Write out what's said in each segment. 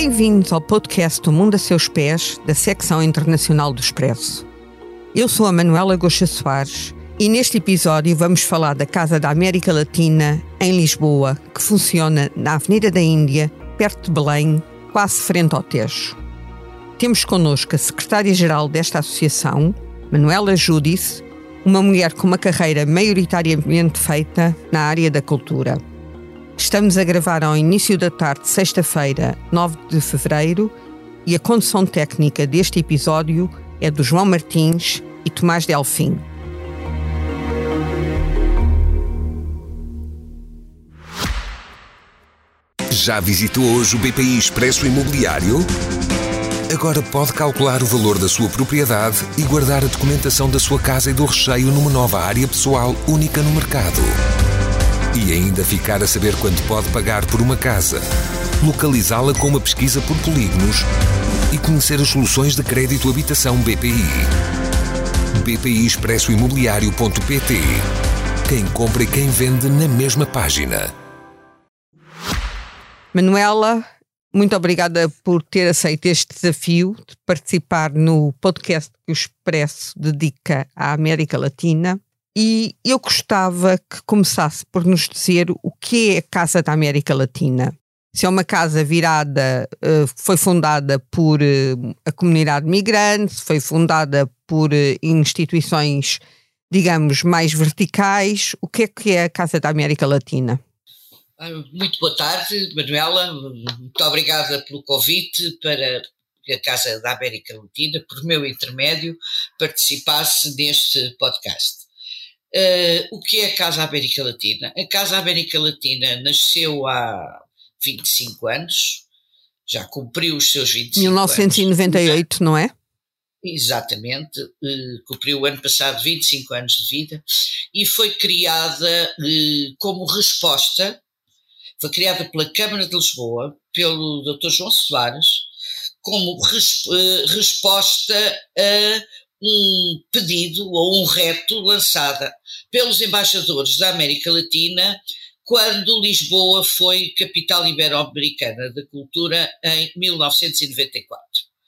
Bem-vindos ao podcast O Mundo a Seus Pés, da secção internacional do Expresso. Eu sou a Manuela Goxa Soares e neste episódio vamos falar da Casa da América Latina, em Lisboa, que funciona na Avenida da Índia, perto de Belém, quase frente ao Tejo. Temos connosco a secretária-geral desta associação, Manuela Júdice, uma mulher com uma carreira maioritariamente feita na área da cultura. Estamos a gravar ao início da tarde, sexta-feira, 9 de fevereiro, e a condução técnica deste episódio é do João Martins e Tomás Delfim. Já visitou hoje o BPI Expresso Imobiliário? Agora pode calcular o valor da sua propriedade e guardar a documentação da sua casa e do recheio numa nova área pessoal única no mercado. E ainda ficar a saber quanto pode pagar por uma casa, localizá-la com uma pesquisa por polígonos e conhecer as soluções de crédito habitação BPI. bpiexpressoimobiliario.pt. Quem compra e quem vende na mesma página. Manuela, muito obrigada por ter aceito este desafio de participar no podcast que o Expresso dedica à América Latina. E eu gostava que começasse por nos dizer o que é a Casa da América Latina. Se é uma casa virada, foi fundada por a comunidade migrante, foi fundada por instituições, digamos, mais verticais. O que é a Casa da América Latina? Muito boa tarde, Manuela. Muito obrigada pelo convite para que a Casa da América Latina, por meu intermédio, participasse neste podcast. O que é a Casa América Latina? A Casa América Latina nasceu há 25 anos, já cumpriu os seus 25 1998, anos. Não é? Exatamente, cumpriu o ano passado 25 anos de vida e foi criada como resposta, foi criada pela Câmara de Lisboa, pelo Dr. João Soares, como resposta a um pedido ou um reto lançado pelos embaixadores da América Latina quando Lisboa foi capital ibero-americana da cultura em 1994.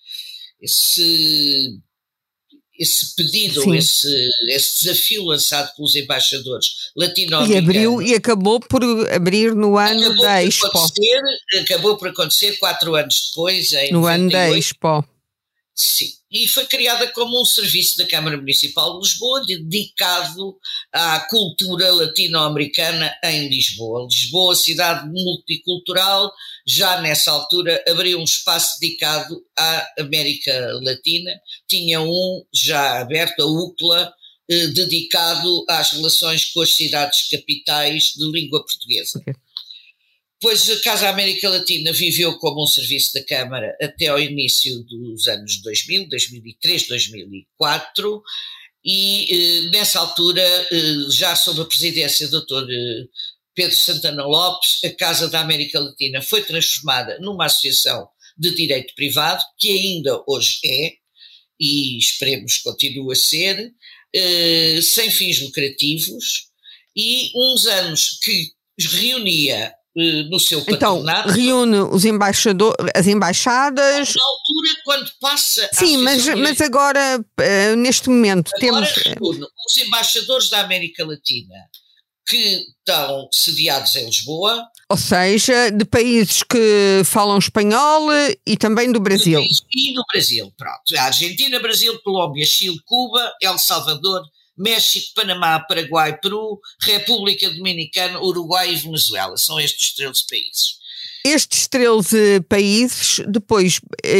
Esse pedido, esse desafio lançado pelos embaixadores latino-americanos. E acabou por abrir no ano da Expo. Acabou por acontecer 4 anos depois, em no 98. Ano da Expo. Sim, e foi criada como um serviço da Câmara Municipal de Lisboa dedicado à cultura latino-americana em Lisboa. Lisboa, cidade multicultural, já nessa altura abriu um espaço dedicado à América Latina, tinha um já aberto, a UCLA, dedicado às relações com as cidades capitais de língua portuguesa. Okay. Pois a Casa América Latina viveu como um serviço da Câmara até ao início dos anos 2000, 2003, 2004 e nessa altura, já sob a presidência do Dr. Pedro Santana Lopes, a Casa da América Latina foi transformada numa associação de direito privado, que ainda hoje é, e esperemos continue a ser, sem fins lucrativos, e uns anos que reunia no seu patronato. Então, reúne os embaixadores, as embaixadas. Na altura, quando passa. Sim, mas agora, neste momento, agora temos. Reúne os embaixadores da América Latina que estão sediados em Lisboa. Ou seja, de países que falam espanhol e também do Brasil. E do Brasil, pronto. A Argentina, Brasil, Colômbia, Chile, Cuba, El Salvador, México, Panamá, Paraguai, Peru, República Dominicana, Uruguai e Venezuela. São estes 13 países. Estes 13 países depois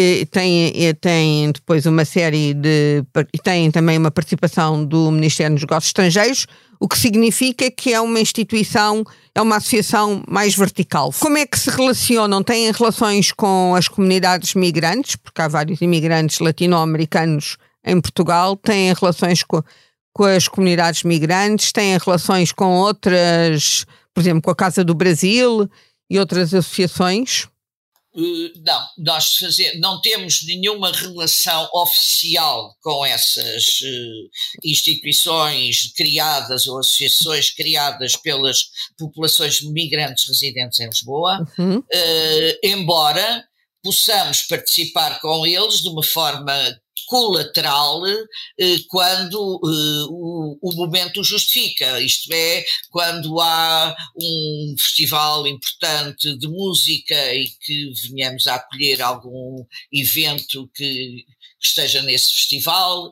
têm depois uma série de... têm também uma participação do Ministério dos Negócios Estrangeiros, o que significa que é uma instituição, é uma associação mais vertical. Como é que se relacionam? Têm relações com as comunidades migrantes, porque há vários imigrantes latino-americanos em Portugal, têm relações com as comunidades migrantes, têm relações com outras, por exemplo, com a Casa do Brasil e outras associações? Não, nós não temos nenhuma relação oficial com essas instituições criadas ou associações criadas pelas populações migrantes residentes em Lisboa, embora possamos participar com eles de uma forma colateral quando o momento o justifica, isto é, quando há um festival importante de música e que venhamos a acolher algum evento que esteja nesse festival,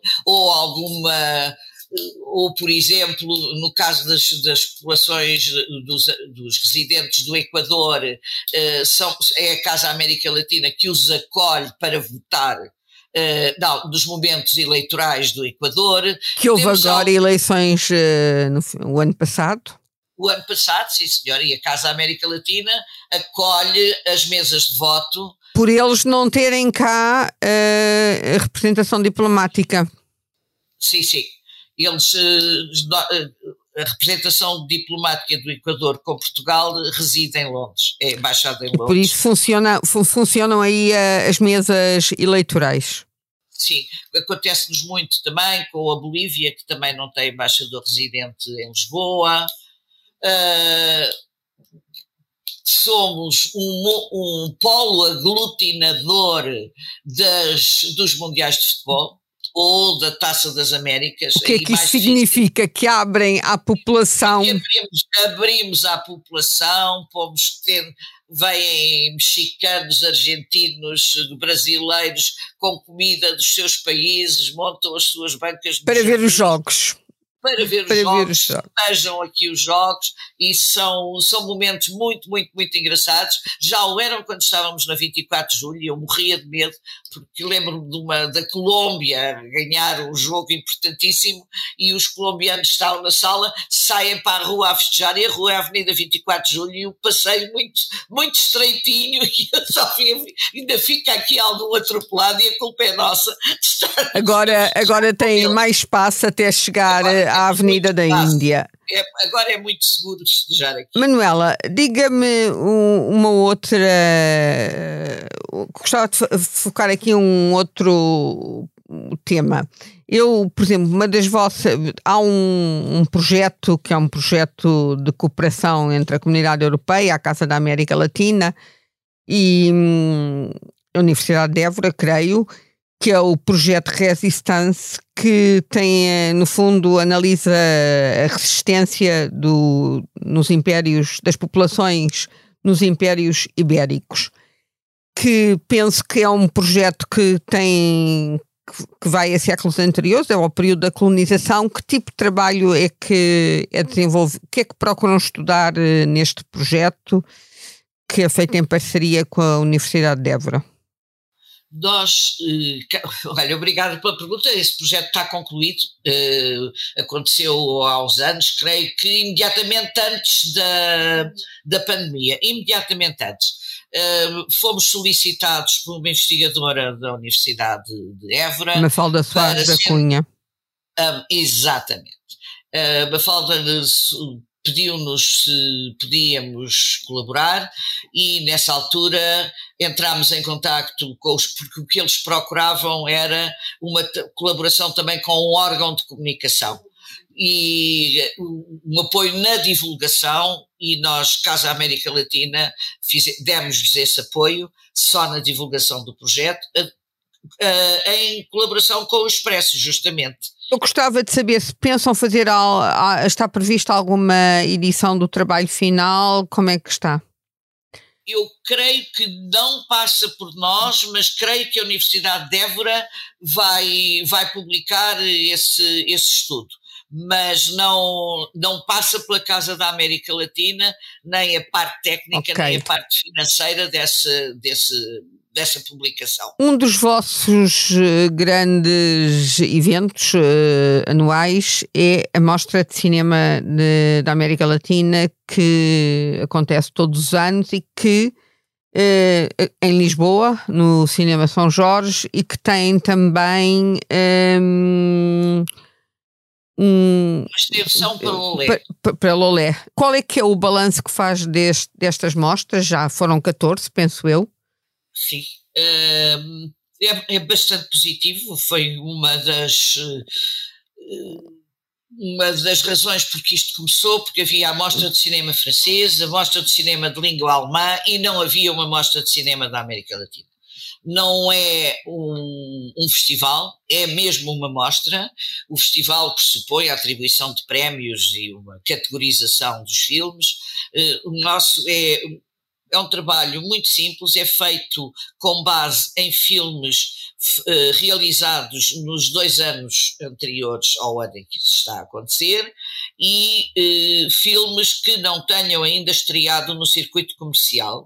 ou, por exemplo, no caso das populações dos residentes do Equador, é a Casa América Latina que os acolhe para votar dos momentos eleitorais do Equador. Que houve agora eleições o ano passado. O ano passado, sim senhora, e a Casa América Latina acolhe as mesas de voto. Por eles não terem cá a representação diplomática. Sim, sim. Eles, a representação diplomática do Equador com Portugal reside em Londres, é embaixada em Londres. Por isso funcionam aí as mesas eleitorais. Sim, acontece-nos muito também com a Bolívia, que também não tem embaixador residente em Lisboa. Somos um polo aglutinador dos mundiais de futebol ou da Taça das Américas. O que é que isso significa? Que abrem à população? Abrimos à população, vêm mexicanos, argentinos, brasileiros com comida dos seus países, montam as suas bancas de para ver os jogos. Para ver os jogos, vejam aqui os jogos, e são momentos muito, muito, muito engraçados. Já o eram quando estávamos na 24 de julho, e eu morria de medo, porque lembro-me da Colômbia ganhar um jogo importantíssimo, e os colombianos estavam na sala, saem para a rua a festejar, e a rua é a Avenida 24 de julho, e o passeio muito, muito estreitinho, e eu só ainda fica aqui algum atropelado, e a culpa é nossa de estar. Agora tem mais espaço até chegar à Avenida da Índia. Agora é muito seguro festejar aqui. Manuela, diga-me uma outra. Gostava de focar aqui um outro tema. Eu, por exemplo, há um projeto que é um projeto de cooperação entre a Comunidade Europeia, a Casa da América Latina e a Universidade de Évora, creio, que é o projeto Resistance, que tem, no fundo, analisa a resistência nos impérios, das populações nos impérios ibéricos, que penso que é um projeto que vai a séculos anteriores, é ao período da colonização. Que tipo de trabalho é que é desenvolvido? O que é que procuram estudar neste projeto, que é feito em parceria com a Universidade de Évora? Olha, obrigado pela pergunta. Esse projeto está concluído, aconteceu há uns anos, creio que imediatamente antes da pandemia, imediatamente antes. Fomos solicitados por uma investigadora da Universidade de Évora. Mafalda Soares da Cunha. Exatamente. Mafalda pediu-nos se podíamos colaborar, e nessa altura entramos em contacto porque o que eles procuravam era uma colaboração também com um órgão de comunicação e um apoio na divulgação, e nós, Casa América Latina, demos-lhes esse apoio só na divulgação do projeto, em colaboração com o Expresso, justamente. Eu gostava de saber se pensam fazer, está prevista alguma edição do trabalho final, como é que está? Eu creio que não passa por nós, mas creio que a Universidade de Évora vai publicar esse estudo. Mas não passa pela Casa da América Latina, nem a parte técnica, nem a parte financeira dessa publicação. Um dos vossos grandes eventos anuais é a Mostra de Cinema da América Latina, que acontece todos os anos e que em Lisboa, no Cinema São Jorge, e que tem também uma extensão para Lolé. Para Lolé. Qual é que é o balanço que faz destas mostras? Já foram 14, penso eu. Sim, é bastante positivo. Foi uma das razões porque isto começou, porque havia a mostra de cinema francês, a mostra de cinema de língua alemã, e não havia uma mostra de cinema da América Latina. não é um festival, é mesmo uma mostra. O festival pressupõe a atribuição de prémios e uma categorização dos filmes. O nosso é um trabalho muito simples, é feito com base em filmes realizados nos 2 anos anteriores ao ano em que isso está a acontecer e filmes que não tenham ainda estreado no circuito comercial.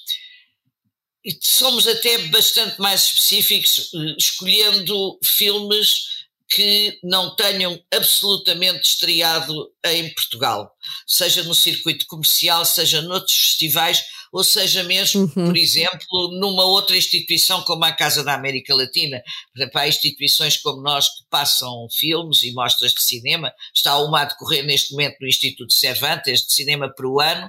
E somos até bastante mais específicos, escolhendo filmes que não tenham absolutamente estreado em Portugal, seja no circuito comercial, seja noutros festivais, ou seja mesmo, por exemplo, numa outra instituição como a Casa da América Latina. Por exemplo, há instituições como nós que passam filmes e mostras de cinema, está uma a decorrer neste momento no Instituto Cervantes, de cinema peruano,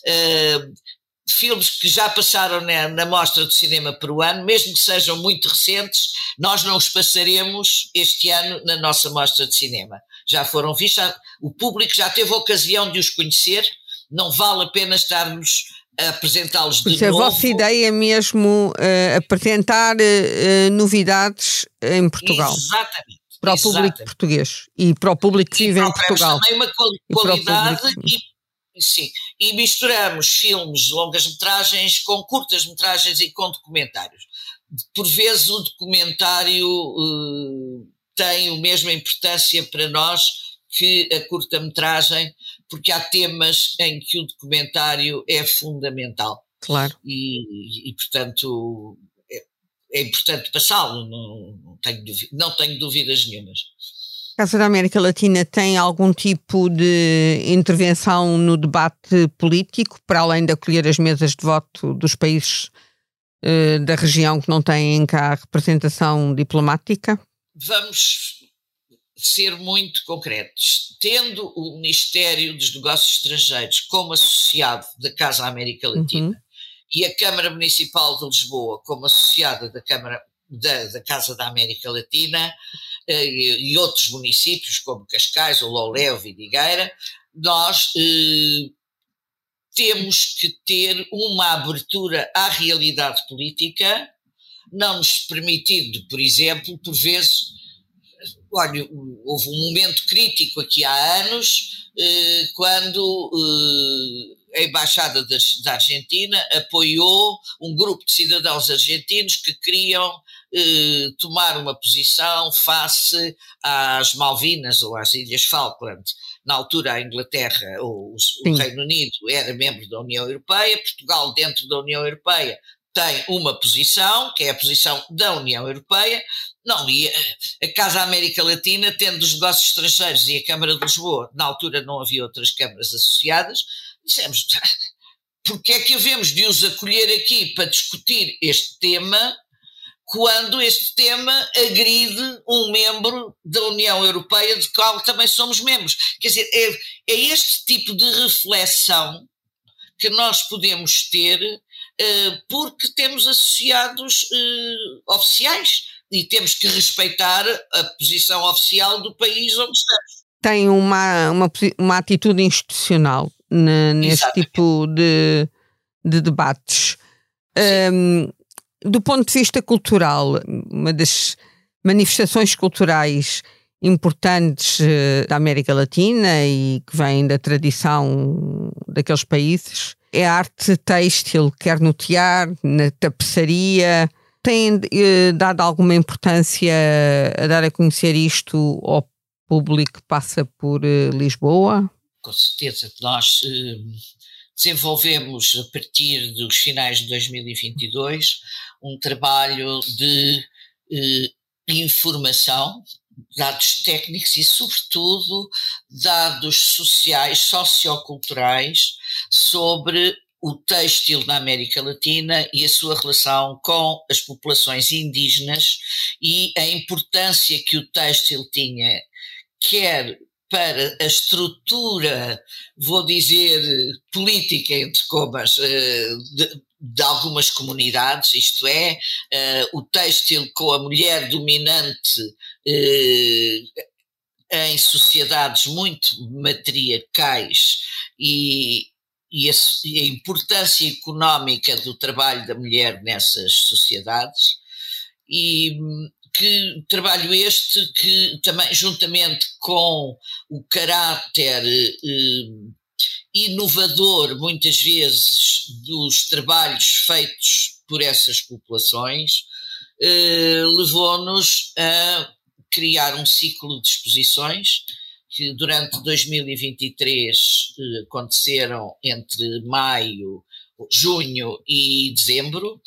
filmes que já passaram na Mostra do Cinema Peruano, mesmo que sejam muito recentes, nós não os passaremos este ano na nossa Mostra de Cinema. Já foram vistos, o público já teve a ocasião de os conhecer, não vale a pena estarmos a apresentá-los de novo. A vossa ideia é mesmo apresentar novidades em Portugal. Exatamente. Para o público português e para o público que vive em Portugal. Também uma qualidade sim, e misturamos filmes de longas-metragens com curtas-metragens e com documentários. Por vezes o documentário tem a mesma importância para nós que a curta-metragem, porque há temas em que o documentário é fundamental. Claro. E portanto, é importante passá-lo, não tenho dúvidas nenhumas. A Casa da América Latina tem algum tipo de intervenção no debate político, para além de acolher as mesas de voto dos países da região que não têm cá representação diplomática? Vamos ser muito concretos. Tendo o Ministério dos Negócios Estrangeiros como associado da Casa da América Latina e a Câmara Municipal de Lisboa como associada da Casa da América Latina, e outros municípios como Cascais, Ololé, Vidigueira, nós temos que ter uma abertura à realidade política, não nos permitindo, por exemplo, por vezes, olha, houve um momento crítico aqui há anos, quando a Embaixada da Argentina apoiou um grupo de cidadãos argentinos que queriam tomar uma posição face às Malvinas ou às Ilhas Falkland. Na altura a Inglaterra ou o Reino Unido era membro da União Europeia, Portugal dentro da União Europeia tem uma posição, que é a posição da União Europeia, não, e a Casa América Latina, tendo os negócios estrangeiros e a Câmara de Lisboa, na altura não havia outras câmaras associadas, dissemos, porque é que havemos de os acolher aqui para discutir este tema, quando este tema agride um membro da União Europeia, de qual também somos membros. Quer dizer, é este tipo de reflexão que nós podemos ter, porque temos associados oficiais e temos que respeitar a posição oficial do país onde estamos. Tem uma atitude institucional neste tipo de debates. Do ponto de vista cultural, uma das manifestações culturais importantes da América Latina e que vem da tradição daqueles países é a arte têxtil, quer no tear, na tapeçaria. Tem dado alguma importância a dar a conhecer isto ao público que passa por Lisboa? Com certeza que nós desenvolvemos, a partir dos finais de 2022, um trabalho de informação, dados técnicos e, sobretudo, dados sociais, socioculturais, sobre o têxtil na América Latina e a sua relação com as populações indígenas e a importância que o têxtil tinha, quer para a estrutura, vou dizer, política, entre comas, de algumas comunidades, isto é, o têxtil com a mulher dominante em sociedades muito matriarcais e a importância económica do trabalho da mulher nessas sociedades, e que trabalho este que também, juntamente com o caráter inovador, muitas vezes, dos trabalhos feitos por essas populações, levou-nos a criar um ciclo de exposições que durante 2023 aconteceram entre maio, junho e dezembro,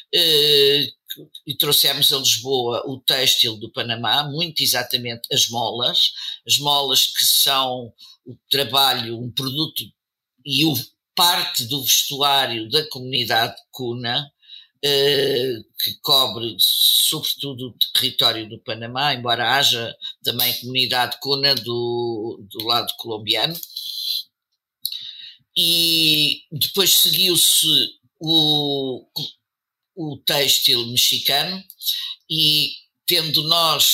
e trouxemos a Lisboa o têxtil do Panamá, muito exatamente as molas que são o trabalho, um produto e parte do vestuário da comunidade Kuna, que cobre sobretudo o território do Panamá, embora haja também comunidade Kuna do lado colombiano. E depois seguiu-se o têxtil mexicano, e tendo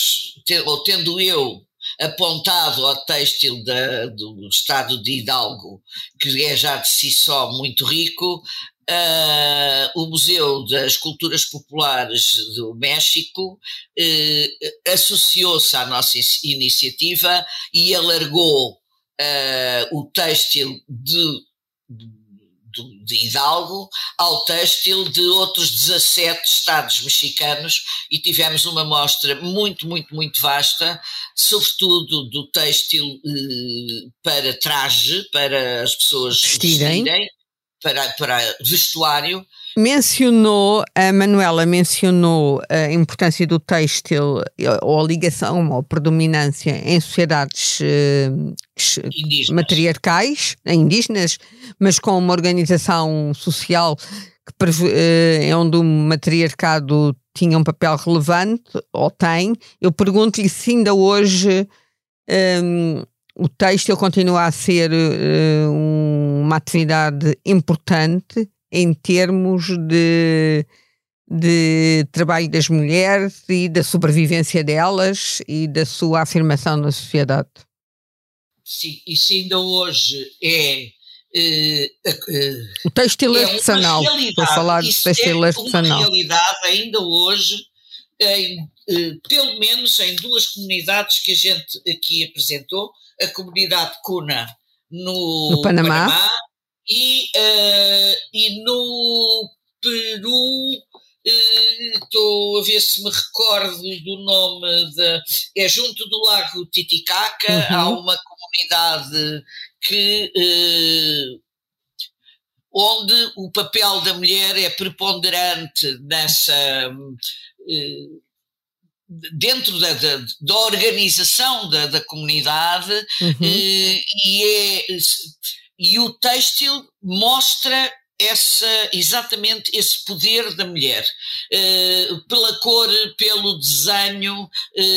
eu apontado ao têxtil do estado de Hidalgo, que é já de si só muito rico, o Museu das Culturas Populares do México associou-se à nossa iniciativa e alargou o têxtil de Hidalgo ao têxtil de outros 17 estados mexicanos, e tivemos uma mostra muito, muito, muito vasta, sobretudo do têxtil para traje, para as pessoas vestirem, para vestuário. A Manuela mencionou a importância do têxtil, ou a ligação, ou a predominância em sociedades matriarcais, indígenas, mas com uma organização social onde o matriarcado tinha um papel relevante, ou tem. Eu pergunto-lhe se ainda hoje o têxtil continua a ser uma atividade importante em termos de trabalho das mulheres e da sobrevivência delas e da sua afirmação na sociedade. Sim, isso ainda hoje o têxtil artesanal. Estou a falar de têxtil artesanal. É uma realidade ainda hoje, pelo menos em duas comunidades que a gente aqui apresentou, a comunidade Kuna no Panamá e no Peru. Estou a ver se me recordo do nome, é junto do Lago Titicaca. Há uma comunidade onde o papel da mulher é preponderante dentro da organização da comunidade, e o têxtil mostra exatamente esse poder da mulher, pela cor, pelo desenho,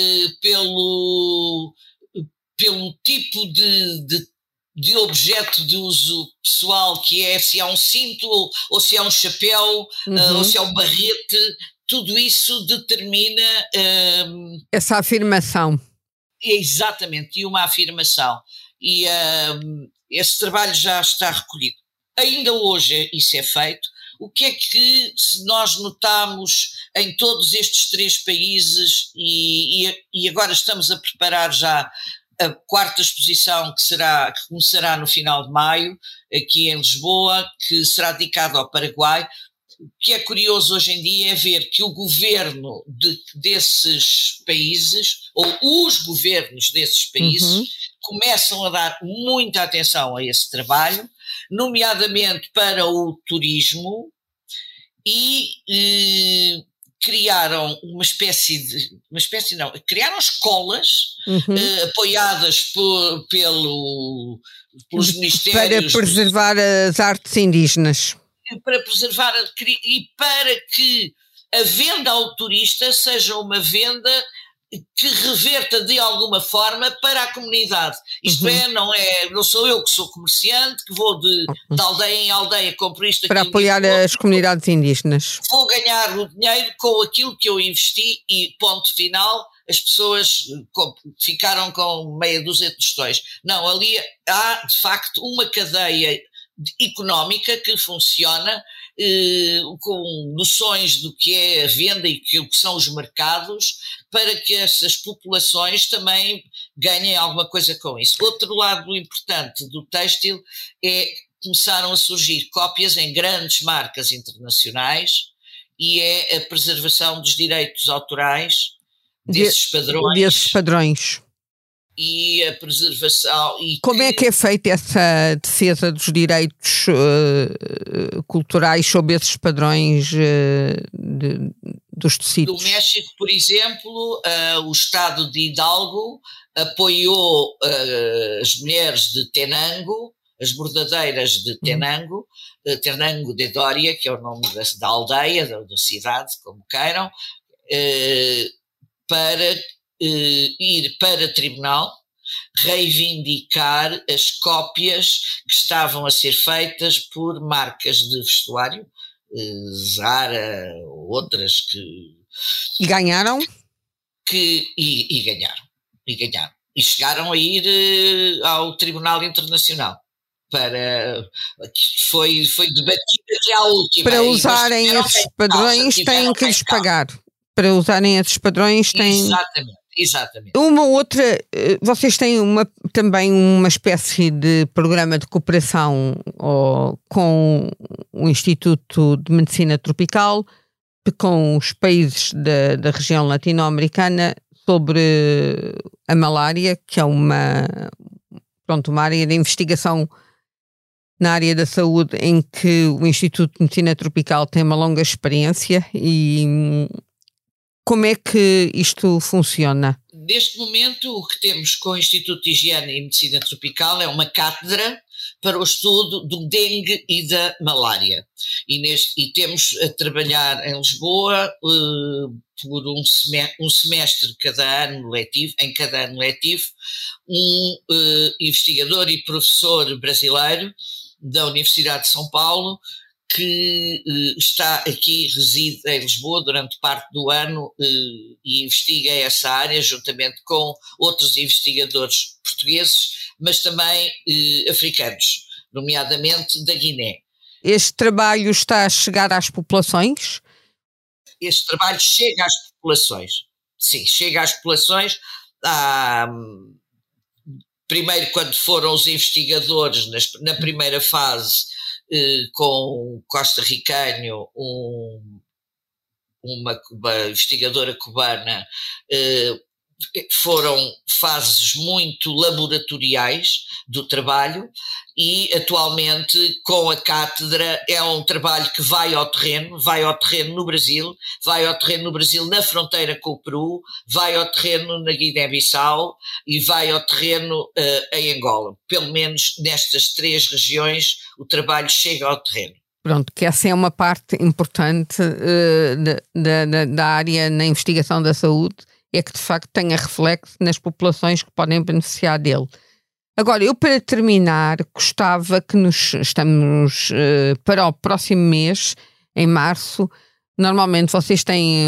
pelo tipo de objeto de uso pessoal, que é, se é um cinto ou se é um chapéu, ou se é um barrete. Tudo isso determina essa afirmação. Exatamente, e uma afirmação. E esse trabalho já está recolhido. Ainda hoje isso é feito. O que é que nós notamos em todos estes 3 países, e agora estamos a preparar já a 4ª exposição que começará no final de maio, aqui em Lisboa, que será dedicada ao Paraguai. O que é curioso hoje em dia é ver que o governo desses países, ou os governos desses países, começam a dar muita atenção a esse trabalho, nomeadamente para o turismo, e criaram criaram escolas apoiadas pelos ministérios. Para preservar as artes indígenas. Para preservar e para que a venda ao turista seja uma venda que reverta de alguma forma para a comunidade. Isto não sou eu que sou comerciante, que vou de aldeia em aldeia, compro isto, para apoiar as comunidades indígenas. Vou ganhar o dinheiro com aquilo que eu investi e ponto final. As pessoas ficaram com meia dúzia de tostões. Não, ali há de facto uma cadeia económica que funciona com noções do que é a venda e o que são os mercados, para que essas populações também ganhem alguma coisa com isso. Outro lado importante do têxtil é que começaram a surgir cópias em grandes marcas internacionais e é a preservação dos direitos autorais desses padrões. E a preservação... Como é que é feita essa defesa dos direitos culturais sob esses padrões dos tecidos? No México, por exemplo, o estado de Hidalgo apoiou as mulheres de Tenango, as bordadeiras de Tenango, Tenango de Doria, que é o nome da aldeia, da cidade, como queiram, para ir para tribunal, reivindicar as cópias que estavam a ser feitas por marcas de vestuário, Zara, outras que... E ganharam? E ganharam. E chegaram a ir ao Tribunal Internacional. Foi debatida até à última. Para usarem esses padrões têm que lhes pagar. Para usarem esses padrões têm... Exatamente. Uma outra, vocês têm também uma espécie de programa de cooperação com o Instituto de Medicina Tropical, com os países da região latino-americana, sobre a malária, que é uma área de investigação na área da saúde em que o Instituto de Medicina Tropical tem uma longa experiência. E como é que isto funciona? Neste momento, o que temos com o Instituto de Higiene e Medicina Tropical é uma cátedra para o estudo do dengue e da malária. E temos a trabalhar em Lisboa por um semestre em cada ano letivo, um investigador e professor brasileiro da Universidade de São Paulo, que reside em Lisboa durante parte do ano e investiga essa área juntamente com outros investigadores portugueses, mas também africanos, nomeadamente da Guiné. Este trabalho está a chegar às populações? Este trabalho chega às populações. Sim, chega às populações. Primeiro, quando foram os investigadores na primeira fase, com um costarricano, uma investigadora cubana, foram fases muito laboratoriais do trabalho e atualmente com a cátedra é um trabalho que vai ao terreno no Brasil, na fronteira com o Peru, vai ao terreno na Guiné-Bissau e vai ao terreno em Angola. Pelo menos nestas 3 regiões o trabalho chega ao terreno. Pronto, que essa é uma parte importante da área na investigação da saúde, é que de facto tenha reflexo nas populações que podem beneficiar dele. Agora, eu para terminar gostava que estamos para o próximo mês, em março, normalmente vocês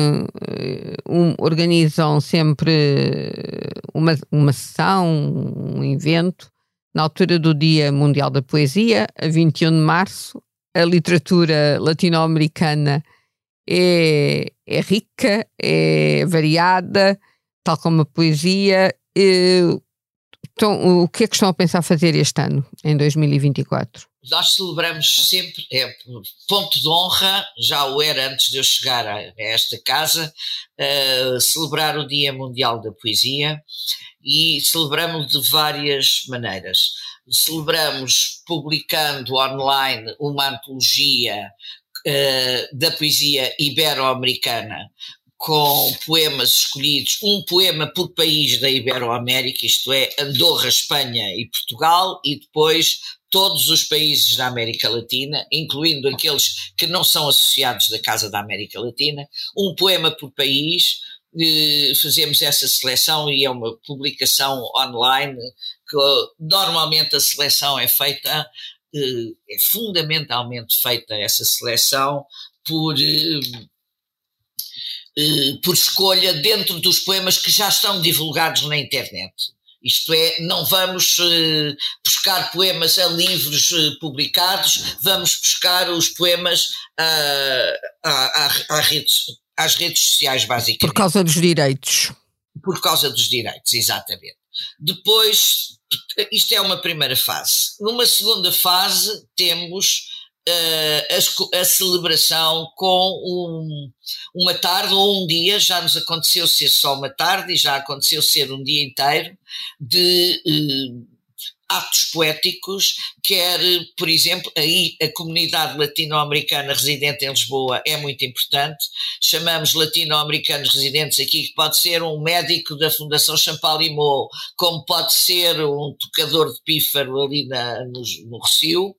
organizam sempre uma sessão, um evento, na altura do Dia Mundial da Poesia, a 21 de março. A literatura latino-americana é rica, é variada, tal como a poesia. Então, o que é que estão a pensar fazer este ano, em 2024? Nós celebramos sempre, por ponto de honra, já o era antes de eu chegar a esta casa, celebrar o Dia Mundial da Poesia, e celebramos de várias maneiras. Celebramos publicando online uma antologia da poesia ibero-americana, com poemas escolhidos, um poema por país da Ibero-América, isto é, Andorra, Espanha e Portugal, e depois todos os países da América Latina, incluindo aqueles que não são associados da Casa da América Latina, um poema por país. Fazemos essa seleção e é uma publicação online, que normalmente a seleção é feita, é fundamentalmente feita essa seleção por escolha dentro dos poemas que já estão divulgados na internet. Isto é, não vamos buscar poemas a livros publicados, vamos buscar os poemas às redes sociais, basicamente. Por causa dos direitos. Por causa dos direitos, exatamente. Depois, isto é uma primeira fase. Numa segunda fase, temos a celebração com uma tarde ou um dia, já nos aconteceu ser só uma tarde e já aconteceu ser um dia inteiro, de atos poéticos, quer, por exemplo, aí a comunidade latino-americana residente em Lisboa é muito importante, chamamos latino-americanos residentes aqui, que pode ser um médico da Fundação Champalimau, como pode ser um tocador de pífaro ali no Recio,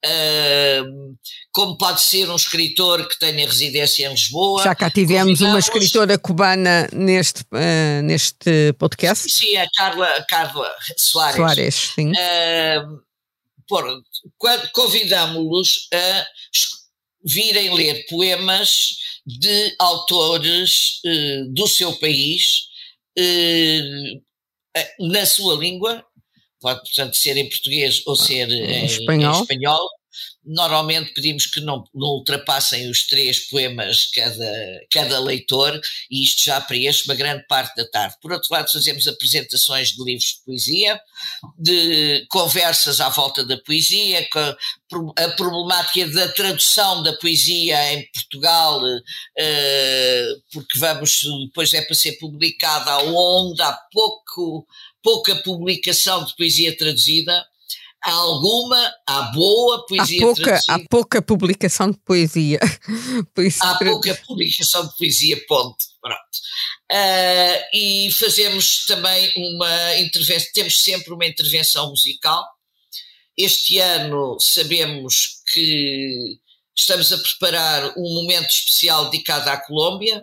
como pode ser um escritor que tenha residência em Lisboa. Já cá tivemos uma escritora cubana neste podcast. Sim, a Carla Soares. Soares, sim. Convidámos-los a virem ler poemas de autores do seu país, na sua língua, pode, portanto, ser em português ou ser em espanhol. Normalmente pedimos que não ultrapassem os 3 poemas cada leitor, e isto já preenche uma grande parte da tarde. Por outro lado, fazemos apresentações de livros de poesia, de conversas à volta da poesia, a problemática da tradução da poesia em Portugal, porque depois é para ser publicada onde há pouca publicação de poesia traduzida. Há boa poesia traduzida. Há pouca publicação de poesia. Há pouca publicação de poesia, ponto. Pronto. E fazemos também uma intervenção, temos sempre uma intervenção musical. Este ano sabemos que estamos a preparar um momento especial dedicado à Colômbia,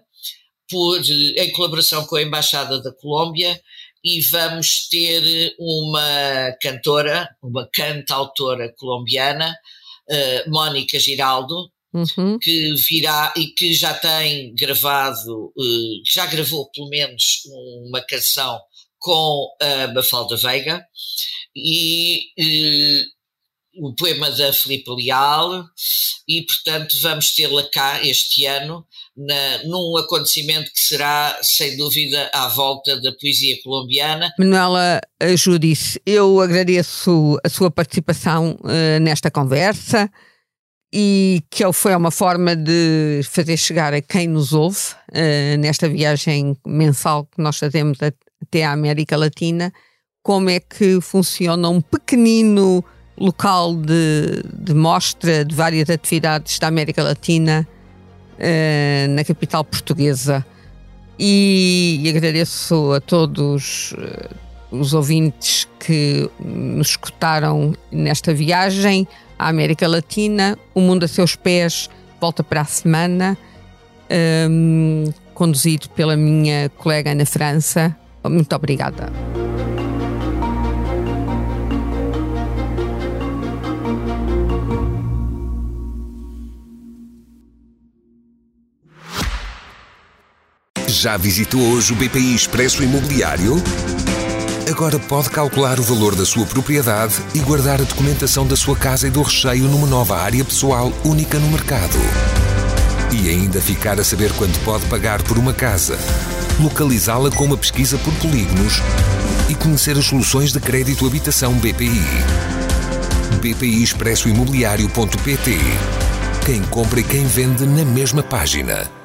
em colaboração com a Embaixada da Colômbia, e vamos ter uma cantautora colombiana, Mónica Giraldo, que virá e que já tem gravado, já gravou pelo menos uma canção com a Mafalda Veiga, e o poema da Filipa Leal, e portanto vamos tê-la cá este ano, num acontecimento que será, sem dúvida, à volta da poesia colombiana. Manuela Judice, eu agradeço a sua participação nesta conversa, e que foi uma forma de fazer chegar a quem nos ouve nesta viagem mensal que nós fazemos até à América Latina, como é que funciona um pequenino local de mostra de várias atividades da América Latina na capital portuguesa. E agradeço a todos os ouvintes que nos escutaram nesta viagem à América Latina. O Mundo a Seus Pés volta para a semana, conduzido pela minha colega Ana França. Muito obrigada. Já visitou hoje o BPI Expresso Imobiliário? Agora pode calcular o valor da sua propriedade e guardar a documentação da sua casa e do recheio numa nova área pessoal única no mercado. E ainda ficar a saber quanto pode pagar por uma casa, localizá-la com uma pesquisa por polígonos e conhecer as soluções de crédito habitação BPI. BPI Expresso Imobiliário.pt. Quem compra e quem vende na mesma página.